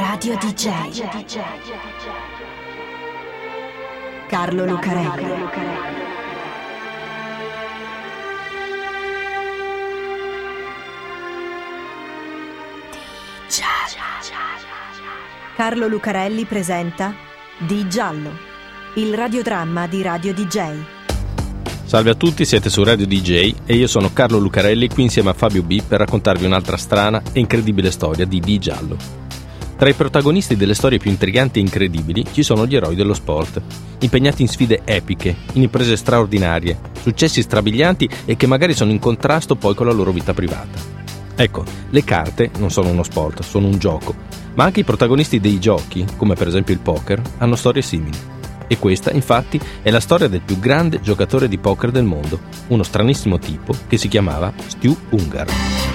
Radio DJ. Carlo Lucarelli. Carlo Lucarelli presenta Di Giallo, il radiodramma di Radio DJ. Salve a tutti, siete su Radio DJ e io sono Carlo Lucarelli qui insieme a Fabio B per raccontarvi un'altra strana e incredibile storia di Di Giallo. Tra i protagonisti delle storie più intriganti e incredibili ci sono gli eroi dello sport, impegnati in sfide epiche, in imprese straordinarie, successi strabilianti e che magari sono in contrasto poi con la loro vita privata. Ecco, le carte non sono uno sport, sono un gioco, ma anche i protagonisti dei giochi, come per esempio il poker, hanno storie simili. E questa, infatti, è la storia del più grande giocatore di poker del mondo, uno stranissimo tipo che si chiamava Stu Ungar.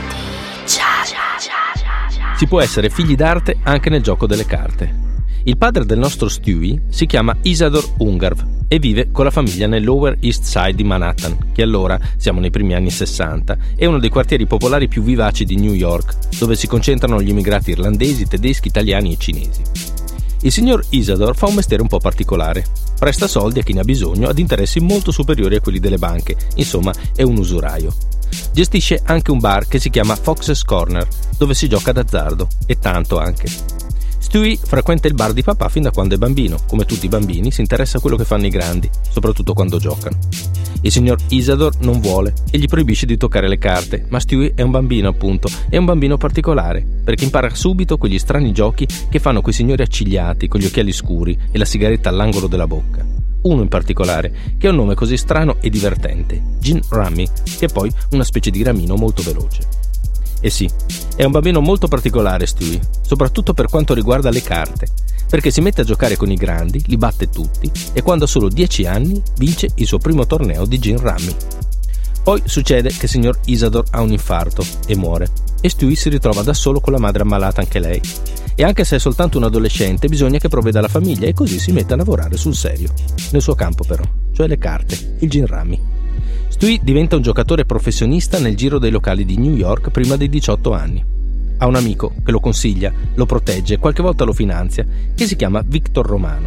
Si può essere figli d'arte anche nel gioco delle carte. Il padre del nostro Stewie si chiama Isador Ungar e vive con la famiglia nel Lower East Side di Manhattan, che allora, siamo nei primi anni 60, è uno dei quartieri popolari più vivaci di New York, dove si concentrano gli immigrati irlandesi, tedeschi, italiani e cinesi. Il signor Isador fa un mestiere un po' particolare. Presta soldi a chi ne ha bisogno ad interessi molto superiori a quelli delle banche. Insomma, è un usuraio. Gestisce anche un bar che si chiama Fox's Corner, dove si gioca d'azzardo, e tanto anche. Stewie frequenta il bar di papà fin da quando è bambino. Come tutti i bambini, si interessa a quello che fanno i grandi, soprattutto quando giocano. Il signor Isador non vuole e gli proibisce di toccare le carte, ma Stewie è un bambino, appunto, è un bambino particolare, perché impara subito quegli strani giochi che fanno quei signori accigliati, con gli occhiali scuri e la sigaretta all'angolo della bocca. Uno in particolare, che ha un nome così strano e divertente, Gin Rummy, che è poi una specie di ramino molto veloce. E sì, è un bambino molto particolare Stewie, soprattutto per quanto riguarda le carte, perché si mette a giocare con i grandi, li batte tutti e quando ha solo 10 anni vince il suo primo torneo di Gin Rummy. Poi succede che il signor Isador ha un infarto e muore e Stewie si ritrova da solo con la madre ammalata anche lei. E anche se è soltanto un adolescente bisogna che provveda la famiglia e così si mette a lavorare sul serio, nel suo campo però, cioè le carte, il Gin Rummy. Stewie diventa un giocatore professionista nel giro dei locali di New York prima dei 18 anni. Ha un amico che lo consiglia, lo protegge, qualche volta lo finanzia, che si chiama Victor Romano.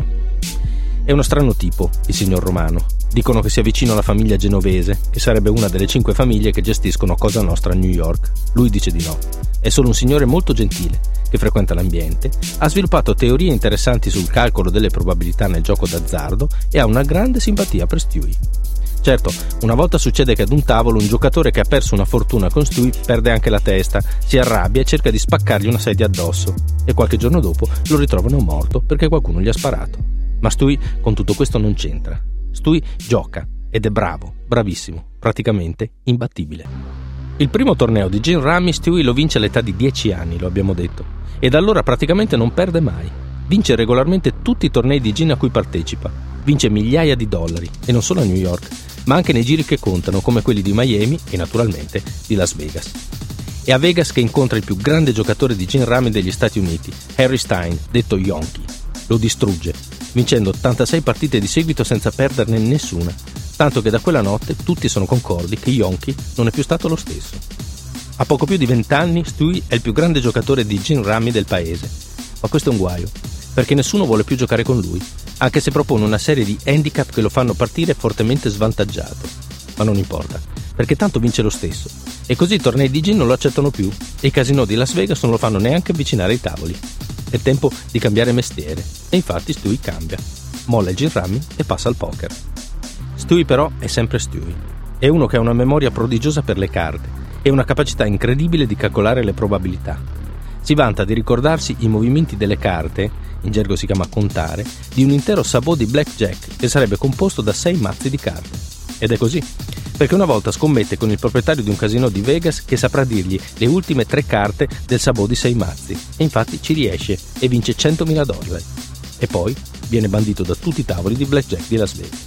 È uno strano tipo, il signor Romano. Dicono che sia vicino alla famiglia genovese, che sarebbe una delle 5 famiglie che gestiscono Cosa Nostra a New York. Lui dice di no. È solo un signore molto gentile, che frequenta l'ambiente, ha sviluppato teorie interessanti sul calcolo delle probabilità nel gioco d'azzardo e ha una grande simpatia per Stewie. Certo, una volta succede che ad un tavolo un giocatore che ha perso una fortuna con Stewie perde anche la testa, si arrabbia e cerca di spaccargli una sedia addosso e qualche giorno dopo lo ritrovano morto perché qualcuno gli ha sparato. Ma Stewie con tutto questo non c'entra. Stewie gioca ed è bravo, bravissimo, praticamente imbattibile. Il primo torneo di Gin Rummy Stewie lo vince all'età di 10 anni, lo abbiamo detto, e da allora praticamente non perde mai. Vince regolarmente tutti i tornei di gin a cui partecipa, vince migliaia di dollari e non solo a New York, ma anche nei giri che contano come quelli di Miami e naturalmente di Las Vegas. È a Vegas che incontra il più grande giocatore di Gin Rummy degli Stati Uniti, Harry Stein, detto Yonky. Lo distrugge, vincendo 86 partite di seguito senza perderne nessuna, tanto che da quella notte tutti sono concordi che Yonky non è più stato lo stesso. A poco più di 20 anni Stewie è il più grande giocatore di Gin Rummy del paese, ma questo è un guaio, perché nessuno vuole più giocare con lui, anche se propone una serie di handicap che lo fanno partire fortemente svantaggiato. Ma non importa, perché tanto vince lo stesso, e così i tornei di gin non lo accettano più e i casinò di Las Vegas non lo fanno neanche avvicinare ai tavoli. È tempo di cambiare mestiere, e infatti Stewie cambia, molla il Gin Rummy e passa al poker. Stewie però è sempre Stewie, è uno che ha una memoria prodigiosa per le carte e una capacità incredibile di calcolare le probabilità. Si vanta di ricordarsi i movimenti delle carte, in gergo si chiama contare, di un intero sabot di blackjack che sarebbe composto da 6 mazzi di carte. Ed è così, perché una volta scommette con il proprietario di un casinò di Vegas che saprà dirgli le ultime 3 carte del sabot di 6 mazzi, e infatti ci riesce e vince $100.000. E poi viene bandito da tutti i tavoli di blackjack di Las Vegas.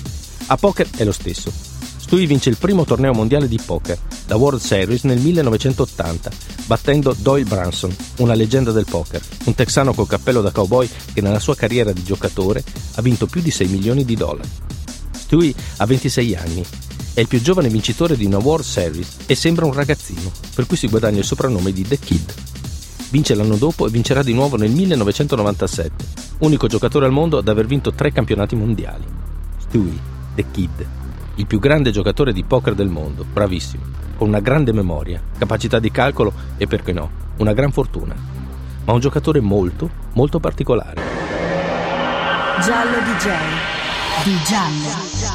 A poker è lo stesso. Stewie vince il primo torneo mondiale di poker, la World Series nel 1980, battendo Doyle Brunson, una leggenda del poker, un texano col cappello da cowboy che nella sua carriera di giocatore ha vinto più di $6 milioni. Stewie ha 26 anni, è il più giovane vincitore di una World Series e sembra un ragazzino, per cui si guadagna il soprannome di The Kid. vince l'anno dopo e vincerà di nuovo nel 1997, unico giocatore al mondo ad aver vinto 3 campionati mondiali. Stewie, The Kid, il più grande giocatore di poker del mondo, bravissimo, con una grande memoria, capacità di calcolo e, perché no, una gran fortuna. Ma un giocatore molto, molto particolare. Giallo DJ di Giallo.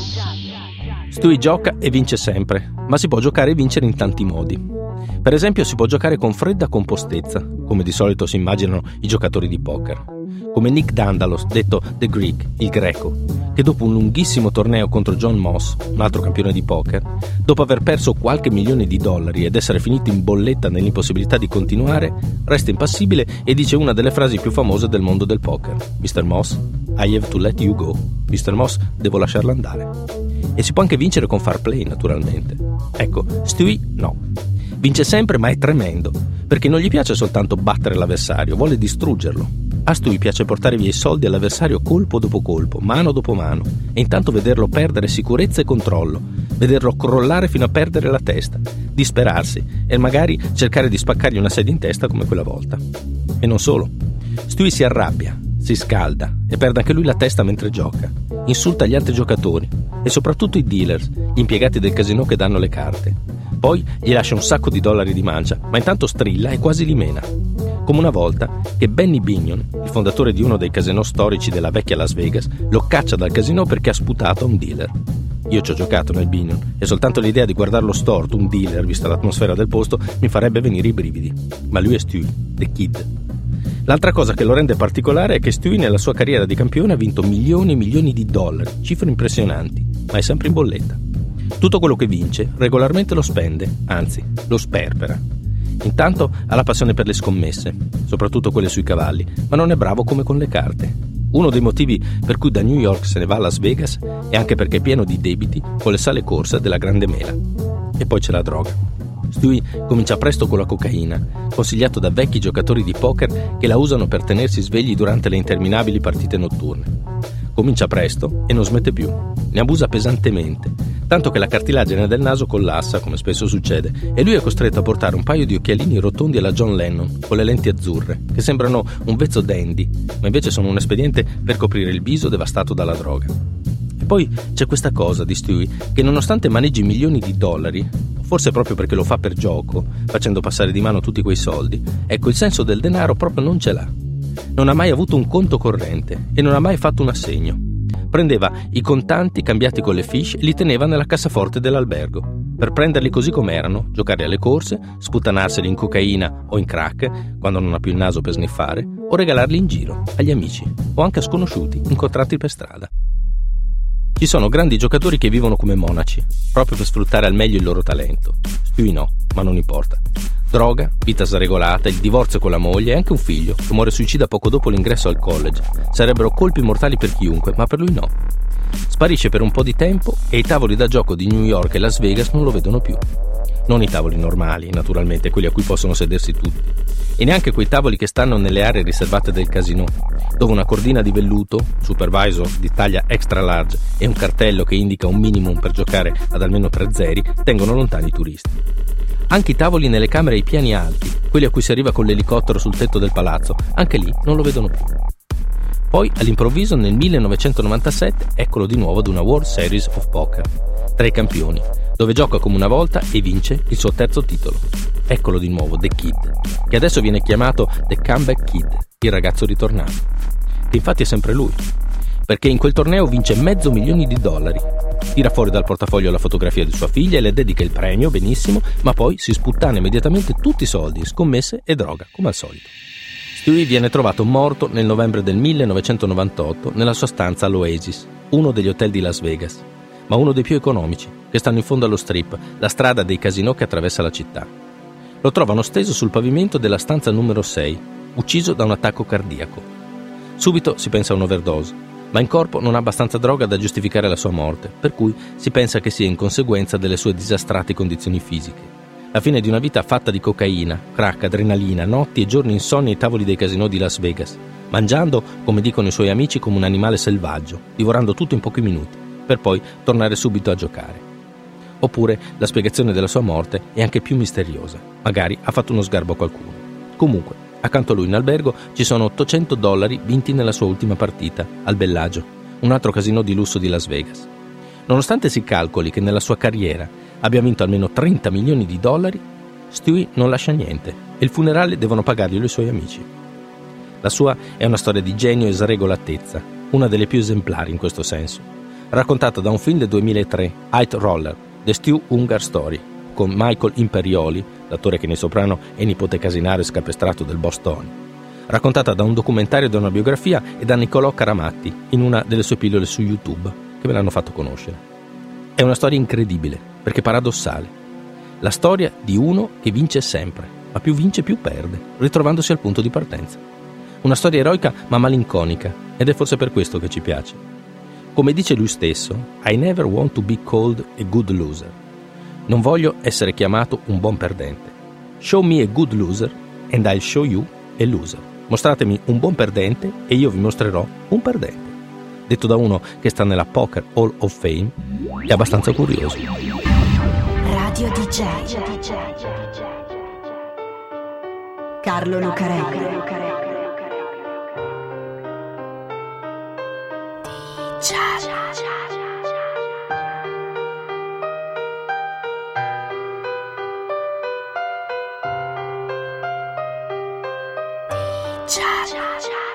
Stewie gioca e vince sempre, ma si può giocare e vincere in tanti modi. Per esempio si può giocare con fredda compostezza, come di solito si immaginano i giocatori di poker. Come Nick Dandalos, detto The Greek, il greco, che dopo un lunghissimo torneo contro John Moss, un altro campione di poker, dopo aver perso qualche milione di dollari ed essere finito in bolletta nell'impossibilità di continuare, resta impassibile e dice una delle frasi più famose del mondo del poker: Mr. Moss, I have to let you go. Mr. Moss, devo lasciarla andare. E si può anche vincere con fair play, naturalmente. Ecco, Stewie no. Vince sempre, ma è tremendo, perché non gli piace soltanto battere l'avversario, vuole distruggerlo. A Stewie piace portare via i soldi all'avversario colpo dopo colpo, mano dopo mano, e intanto vederlo perdere sicurezza e controllo, vederlo crollare fino a perdere la testa, disperarsi e magari cercare di spaccargli una sedia in testa come quella volta. E non solo. Stewie si arrabbia, si scalda e perde anche lui la testa mentre gioca. Insulta gli altri giocatori e soprattutto i dealers, gli impiegati del casino che danno le carte. Poi gli lascia un sacco di dollari di mancia, ma intanto strilla e quasi li mena. Come una volta che Benny Binion, il fondatore di uno dei casinò storici della vecchia Las Vegas, lo caccia dal casino perché ha sputato a un dealer. Io ci ho giocato nel Binion e soltanto l'idea di guardarlo storto, un dealer, vista l'atmosfera del posto, mi farebbe venire i brividi. Ma lui è Stewie, The Kid. L'altra cosa che lo rende particolare è che Stewie nella sua carriera di campione ha vinto milioni e milioni di dollari, cifre impressionanti, ma è sempre in bolletta. Tutto quello che vince regolarmente lo spende, anzi, lo sperpera. Intanto ha la passione per le scommesse, soprattutto quelle sui cavalli, ma non è bravo come con le carte. Uno dei motivi per cui da New York se ne va a Las Vegas è anche perché è pieno di debiti con le sale corse della Grande Mela. E poi c'è la droga. Stewie comincia presto con la cocaina, consigliato da vecchi giocatori di poker che la usano per tenersi svegli durante le interminabili partite notturne. Comincia presto e non smette più. Ne abusa pesantemente, tanto che la cartilagine del naso collassa, come spesso succede, e lui è costretto a portare un paio di occhialini rotondi alla John Lennon, con le lenti azzurre, che sembrano un vezzo dandy, ma invece sono un espediente per coprire il viso devastato dalla droga. E poi c'è questa cosa di Stewie, che nonostante maneggi milioni di dollari, forse proprio perché lo fa per gioco, facendo passare di mano tutti quei soldi, ecco, il senso del denaro proprio non ce l'ha. Non ha mai avuto un conto corrente e non ha mai fatto un assegno. Prendeva i contanti cambiati con le fiche e li teneva nella cassaforte dell'albergo, per prenderli così com'erano, giocare alle corse, sputtanarseli in cocaina o in crack, quando non ha più il naso per sniffare, o regalarli in giro, agli amici, o anche a sconosciuti, incontrati per strada. Ci sono grandi giocatori che vivono come monaci, proprio per sfruttare al meglio il loro talento. Stewie no, ma non importa. Droga, vita sregolata, il divorzio con la moglie e anche un figlio, che muore suicida poco dopo l'ingresso al college. Sarebbero colpi mortali per chiunque, ma per lui no. Sparisce per un po' di tempo e i tavoli da gioco di New York e Las Vegas non lo vedono più. Non i tavoli normali, naturalmente, quelli a cui possono sedersi tutti. E neanche quei tavoli che stanno nelle aree riservate del casino, dove una cordina di velluto, supervisor di taglia extra large e un cartello che indica un minimum per giocare ad almeno 3 zeri tengono lontani i turisti. Anche i tavoli nelle camere ai piani alti, quelli a cui si arriva con l'elicottero sul tetto del palazzo, anche lì non lo vedono più. Poi, all'improvviso, nel 1997, eccolo di nuovo ad una World Series of Poker, tra i campioni, dove gioca come una volta e vince il suo terzo titolo. Eccolo di nuovo, The Kid, che adesso viene chiamato The Comeback Kid, il ragazzo ritornato. Che infatti è sempre lui, perché in quel torneo vince $500,000. Tira fuori dal portafoglio la fotografia di sua figlia e le dedica il premio, benissimo, ma poi si sputtana immediatamente tutti i soldi, scommesse e droga, come al solito. Stewie viene trovato morto nel novembre del 1998 nella sua stanza all'Oasis, uno degli hotel di Las Vegas, ma uno dei più economici, che stanno in fondo allo Strip, la strada dei casinò che attraversa la città. Lo trovano steso sul pavimento della stanza numero 6, ucciso da un attacco cardiaco. Subito si pensa a un'overdose, ma in corpo non ha abbastanza droga da giustificare la sua morte, per cui si pensa che sia in conseguenza delle sue disastrate condizioni fisiche. La fine di una vita fatta di cocaina, crack, adrenalina, notti e giorni insonni ai tavoli dei casinò di Las Vegas, mangiando, come dicono i suoi amici, come un animale selvaggio, divorando tutto in pochi minuti, per poi tornare subito a giocare. Oppure la spiegazione della sua morte è anche più misteriosa. Magari ha fatto uno sgarbo a qualcuno. Comunque, accanto a lui in albergo ci sono $800 vinti nella sua ultima partita, al Bellagio, un altro casino di lusso di Las Vegas. Nonostante si calcoli che nella sua carriera abbia vinto almeno $30 milioni, Stewie non lascia niente e il funerale devono pagarglielo i suoi amici. La sua è una storia di genio e sregolatezza, una delle più esemplari in questo senso, raccontata da un film del 2003, High Roller, The Stu Ungar Story, con Michael Imperioli, l'attore che nei Soprano è nipote casinario e scapestrato del boss Tony, raccontata da un documentario e da una biografia e da Niccolò Caramatti in una delle sue pillole su YouTube che me l'hanno fatto conoscere. È una storia incredibile, perché paradossale. La storia di uno che vince sempre, ma più vince più perde, ritrovandosi al punto di partenza. Una storia eroica ma malinconica, ed è forse per questo che ci piace. Come dice lui stesso, I never want to be called a good loser. Non voglio essere chiamato un buon perdente. Show me a good loser and I'll show you a loser. Mostratemi un buon perdente e io vi mostrerò un perdente. Detto da uno che sta nella Poker Hall of Fame, è abbastanza curioso. Radio DJ Carlo Lucarelli. DJ